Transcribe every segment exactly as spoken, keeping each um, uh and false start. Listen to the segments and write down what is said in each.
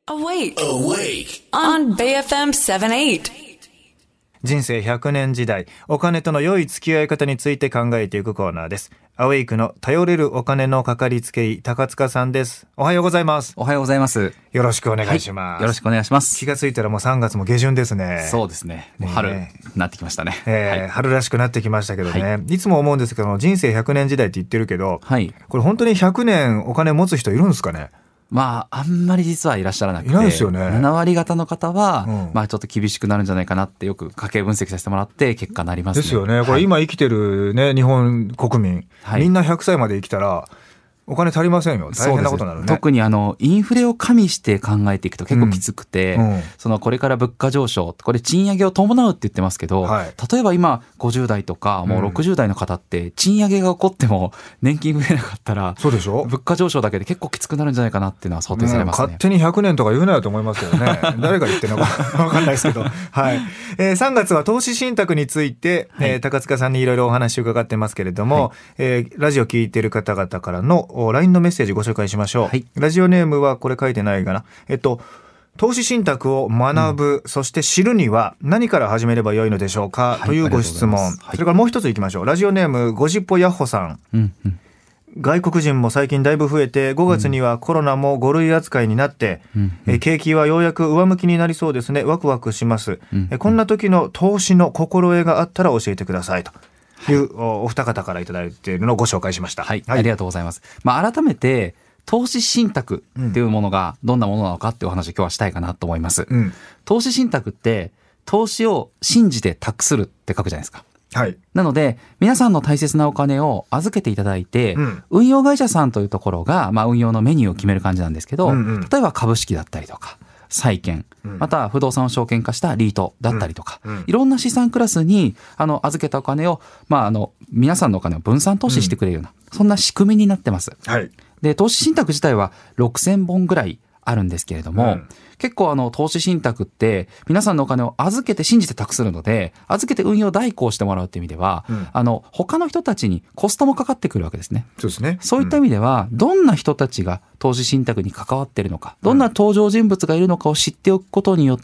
Awake. Awake. On ベイエフエムセブンティーエイト。 人生ひゃくねん時代、お金との良い付き合い方について考えていくコーナーです。アウェイクの頼れるお金のかかりつけ医、高塚さんです。おはようございます。 おはようございます。 よろしくお願いします。 はい、よろしくお願いします。 気がついたらもうさんがつも下旬ですね。 そうですね。もう春になってきましたね。 えーはい、春らしくなってきましたけどね、はい。いつも思うんですけど、人生ひゃくねん時代って言ってるけど、はい、これ本当にひゃくねんお金持つ人いるんですかね？ まあ、あんまり実はいらっしゃらなくて、 いないですよね。 ななわり方の方は、 うんまあちょっと厳しくなるんじゃないかなってよく家計分析させてもらって結果になりますね。 ですよね。これ今生きてるね、日本国民、はい、みんなひゃくさいまで生きたらお金足りませんよ。大変なことになるね。 特にあのインフレを加味して考えていくと結構きつくて、うんうん、そのこれから物価上昇、これ賃上げを伴うって言ってますけど、はい、例えば今ごじゅう代とかもうろくじゅう代の方って賃上げが起こっても年金増えなかったら、そうでしょ？物価上昇だけで結構きつくなるんじゃないかなっていうのは想定されますね。 勝手にひゃくねんとか言うなよと思いますけどね。誰が言ってるのか分かんないですけど、はい。えー、さんがつは投資信託について、はい、えー、高塚さんにいろいろお話を伺ってますけれども、はい、えー、ラジオ聞いてる方々からの ライン のメッセージご紹介しましょう、はい、ラジオネームはこれ書いてないかな、えっと投資信託を学ぶ、うん、そして知るには何から始めればよいのでしょうか、はい、というご質問、はい、それからもう一ついきましょう。ラジオネームごじっぽやっほさん、うんうん、外国人も最近だいぶ増えてごがつにはコロナもご類扱いになって、うんうん、え景気はようやく上向きになりそうですね。ワクワクします、うんうん、こんな時の投資の心得があったら教えてくださいという、はい、お, お二方からいただいているのをご紹介しました。 はい、はい、ありがとうございます。まあ、改めて投資信託っていうものがどんなものなのかっていうお話を今日はしたいかなと思います、うん、投資信託って投資を信じて託するって書くじゃないですか。はい、なので皆さんの大切なお金を預けていただいて、うん、運用会社さんというところが、まあ、運用のメニューを決める感じなんですけど、うんうん、例えば株式だったりとか債券、または不動産を証券化したリートだったりとか、うんうん、いろんな資産クラスにあの預けたお金を、まあ、あの皆さんのお金を分散投資してくれるような、うん、そんな仕組みになってます、はい。で投資信託自体はろくせんぼんぐらいあるんですけれども、うん、結構あの投資信託って皆さんのお金を預けて信じて託するので、預けて運用代行してもらうっていう意味では、うん、あの他の人たちにコストもかかってくるわけですね。 そうですね。 そういった意味では、うん、どんな人たちが投資信託に関わっているのか、どんな登場人物がいるのかを知っておくことによって、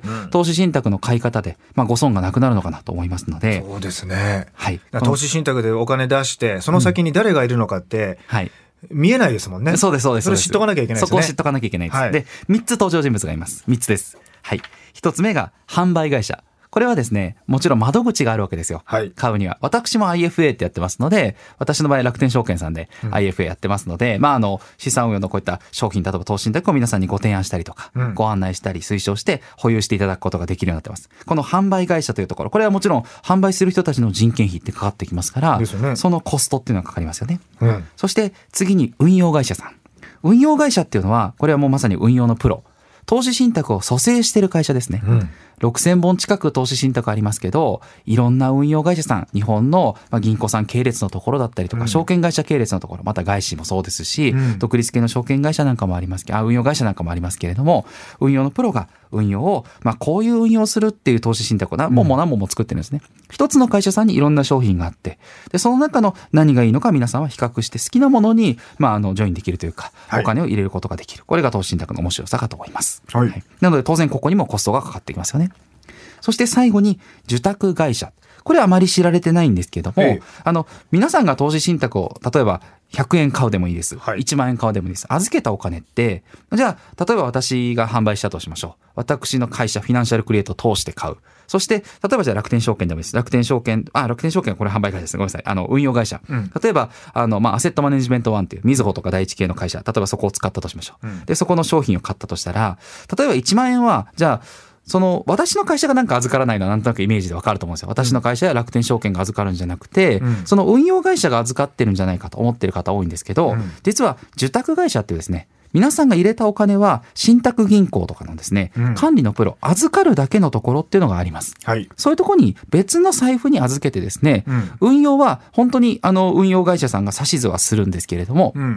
うん、投資信託の買い方で、まあ、ご損がなくなるのかなと思いますので。 そうですね、 はい、 投資信託でお金出してその先に誰がいるのかって、うん、はい見えないですもんね。 そうですそうです。 それ知っとかなきゃいけないですね。 そこを知っとかなきゃいけないです、はい、でみっつ登場人物がいます。みっつです、はい。ひとつめが販売会社。これはですね、もちろん窓口があるわけですよ、はい、買うには。私も アイエフエー ってやってますので、私の場合楽天証券さんで アイエフエー やってますので、うん、まああの資産運用のこういった商品、例えば投資信託を皆さんにご提案したりとか、うん、ご案内したり推奨して保有していただくことができるようになってます。この販売会社というところ、これはもちろん販売する人たちの人件費ってかかってきますから、ね、そのコストっていうのがかかりますよね、うん、そして次に運用会社さん。運用会社っていうのは、これはもうまさに運用のプロ、投資信託を蘇生している会社ですね、うん、ろくせんぼん近く投資信託ありますけど、いろんな運用会社さん、日本の銀行さん系列のところだったりとか、うん、証券会社系列のところ、また外資もそうですし、うん、独立系の証券会社なんかもありますけど、あ運用会社なんかもありますけれども、運用のプロが運用を、まあ、こういう運用するっていう投資信託を何本も何本も作ってるんですね。一つの会社さんにいろんな商品があって、でその中の何がいいのか皆さんは比較して好きなものに、まあ、あのジョインできるというか、お金を入れることができる、これが投資信託の面白さかと思います、はいはい。なので当然ここにもコストがかかってきますよね。そして最後に受託会社。これはあまり知られてないんですけども、ええ、あの皆さんが投資信託を例えばひゃくえん買うでもいいです、はい、いちまんえん買うでもいいです。預けたお金って、じゃあ例えば私が販売したとしましょう。私の会社フィナンシャルクリエイトを通して買う。そして例えばじゃあ楽天証券でもいいです。楽天証券あ楽天証券はこれ販売会社ですね。ごめんなさい。あの運用会社、うん、例えばあの、まあ、アセットマネジメントワンっていうみずほとか第一系の会社、例えばそこを使ったとしましょう、うん、でそこの商品を買ったとしたら、例えばいちまんえんはじゃあその私の会社がなんか預からないのはなんとなくイメージでわかると思うんですよ。私の会社や楽天証券が預かるんじゃなくて、うん、その運用会社が預かってるんじゃないかと思ってる方多いんですけど、うん、実は受託会社っていうですね、皆さんが入れたお金は信託銀行とかのですね、うん、管理のプロ預かるだけのところっていうのがあります、はい、そういうところに別の財布に預けてですね、うん、運用は本当にあの運用会社さんが指図はするんですけれども、うん、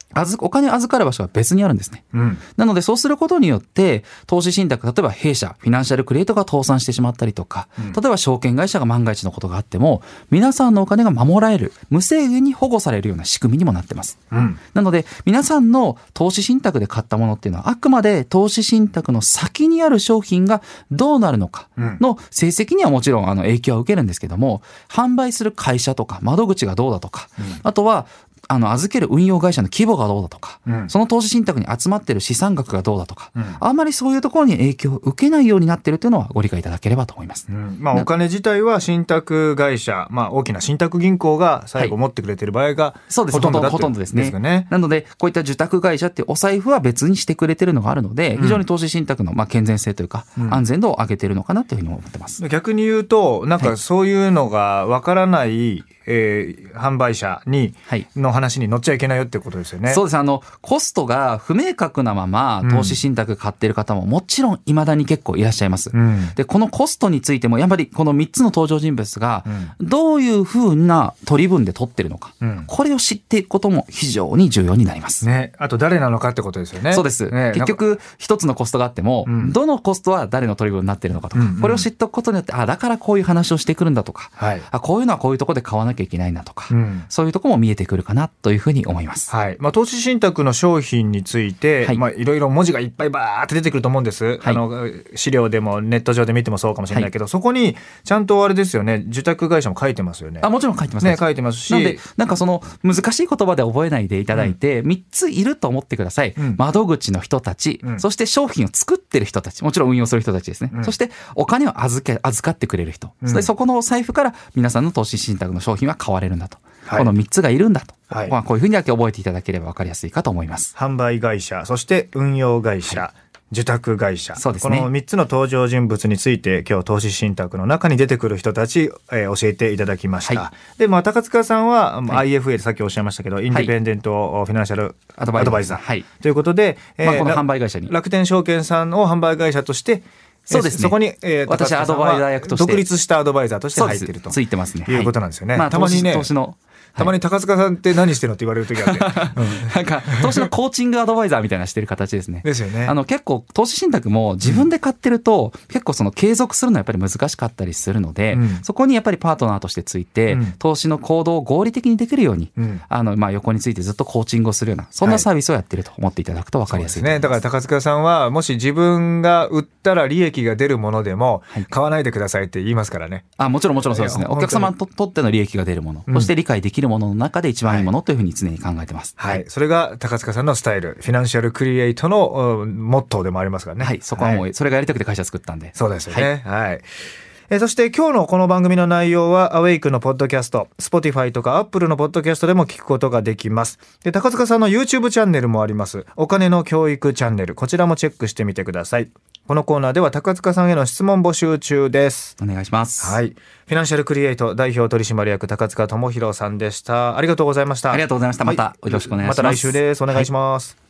お金預かる場所は別にあるんですね、うん、なのでそうすることによって投資信託、例えば弊社フィナンシャルクリエイトが倒産してしまったりとか、うん、例えば証券会社が万が一のことがあっても皆さんのお金が守られる、無制限に保護されるような仕組みにもなってます、うん、なので皆さんの投資信託で買ったものっていうのはあくまで投資信託の先にある商品がどうなるのかの成績にはもちろんあの影響は受けるんですけども、販売する会社とか窓口がどうだとか、うん、あとはあの預ける運用会社の規模がどうだとか、うん、その投資信託に集まっている資産額がどうだとか、うん、あんまりそういうところに影響を受けないようになっているというのはご理解いただければと思います、 うんまあ、お金自体は信託会社、まあ、大きな信託銀行が最後持ってくれている場合がほとんどだということですね。 なのでこういった受託会社っていうお財布は別にしてくれているのがあるので、非常に投資信託のまあ健全性というか、うん、安全度を上げているのかなというふうに思ってます。 逆に言うとなんかそういうのがわからない、はいえー、販売者に、はい、の話に乗っちゃいけないよってことですよね。 そうです。あのコストが不明確なまま投資信託買っている方ももちろん未だに結構いらっしゃいます、うん、でこのコストについてもやっぱりこのみっつの登場人物がどういうふうな取り分で取ってるのか、うん、これを知っていくことも非常に重要になります、 ね、あと誰なのかってことですよね。 そうです、ね、結局一つのコストがあっても、うん、どのコストは誰の取り分になっているのかとか、うんうん、これを知っておくことによってあだからこういう話をしてくるんだとか、はい、あこういうのはこういうところで買わなきゃいけないなとか、うん、そういうところも見えてくるかなというふうに思います、 はいまあ、投資信託の商品について、はいまあ、いろいろ文字がいっぱいバーって出てくると思うんです、はい、あの資料でもネット上で見てもそうかもしれないけど、はい、そこにちゃんとあれですよね、受託会社も書いてますよね。 あもちろん書いてますね、書いてますし、 なんでなんかその難しい言葉で覚えないでいただいて、うん、みっついると思ってください、うん、窓口の人たち、うん、そして商品を作ってる人たち、もちろん運用する人たちですね、うん、そしてお金を預け預かってくれる人、うん、そ, そこのお財布から皆さんの投資信託の商品は買われるんだと、はい、このみっつがいるんだと、はいまあ、こういうふうにだけ覚えていただければ分かりやすいかと思います。 販売会社、そして運用会社、はい受託会社、そうですね、このみっつの登場人物について今日投資信託の中に出てくる人たち、えー、教えていただきました、はい、で、まあ、高塚さんは、はい、アイエフエー でさっきおっしゃいましたけど、はい、インディペンデントフィナンシャルアドバイザー、アドバイザー、はい、ということで、えーまあ、この販売会社に楽天証券さんを販売会社としてそうですね、 そこに、えー、 私はアドバイザー役として独立したアドバイザーとして入っているとついてますね、 いうことなんですよね、 はいまあ、 たまにね投資のたまに高塚さんって何してるのって言われる時があって、 うん、なんか投資のコーチングアドバイザーみたいなしてる形ですね。 ですよね。 あの結構投資信託も自分で買ってると、うん、結構その継続するのはやっぱり難しかったりするので、うん、そこにやっぱりパートナーとしてついて、うん、投資の行動を合理的にできるように、うん、あのまあ横についてずっとコーチングをするようなそんなサービスをやってると思っていただくと分かりやすいと思います。 そうですね。だから高塚さんはもし自分が売ったら利益が出るものでも買わないでくださいって言いますからね。 あもちろんもちろんそうですね。お客様にとっての利益が出るもの、うん、そして理解できるものの中で一番いいものというふうに常に考えてます、 はいはい、それが高塚さんのスタイル、フィナンシャルクリエイトのモットーでもありますからね。 はい、そこはもうそれがやりたくて会社作ったんで。 そうですよね。はい、はいえそして今日のこの番組の内容はアウェイクのポッドキャスト、Spotify とか Apple のポッドキャストでも聞くことができます。で高塚さんの YouTube チャンネルもあります。お金の教育チャンネル、こちらもチェックしてみてください。このコーナーでは高塚さんへの質問募集中です。 お願いします。 はい、フィナンシャルクリエイト代表取締役高塚智博さんでした。ありがとうございました。 ありがとうございました。またよろしくお願いします。 また来週です。お願いします。はい。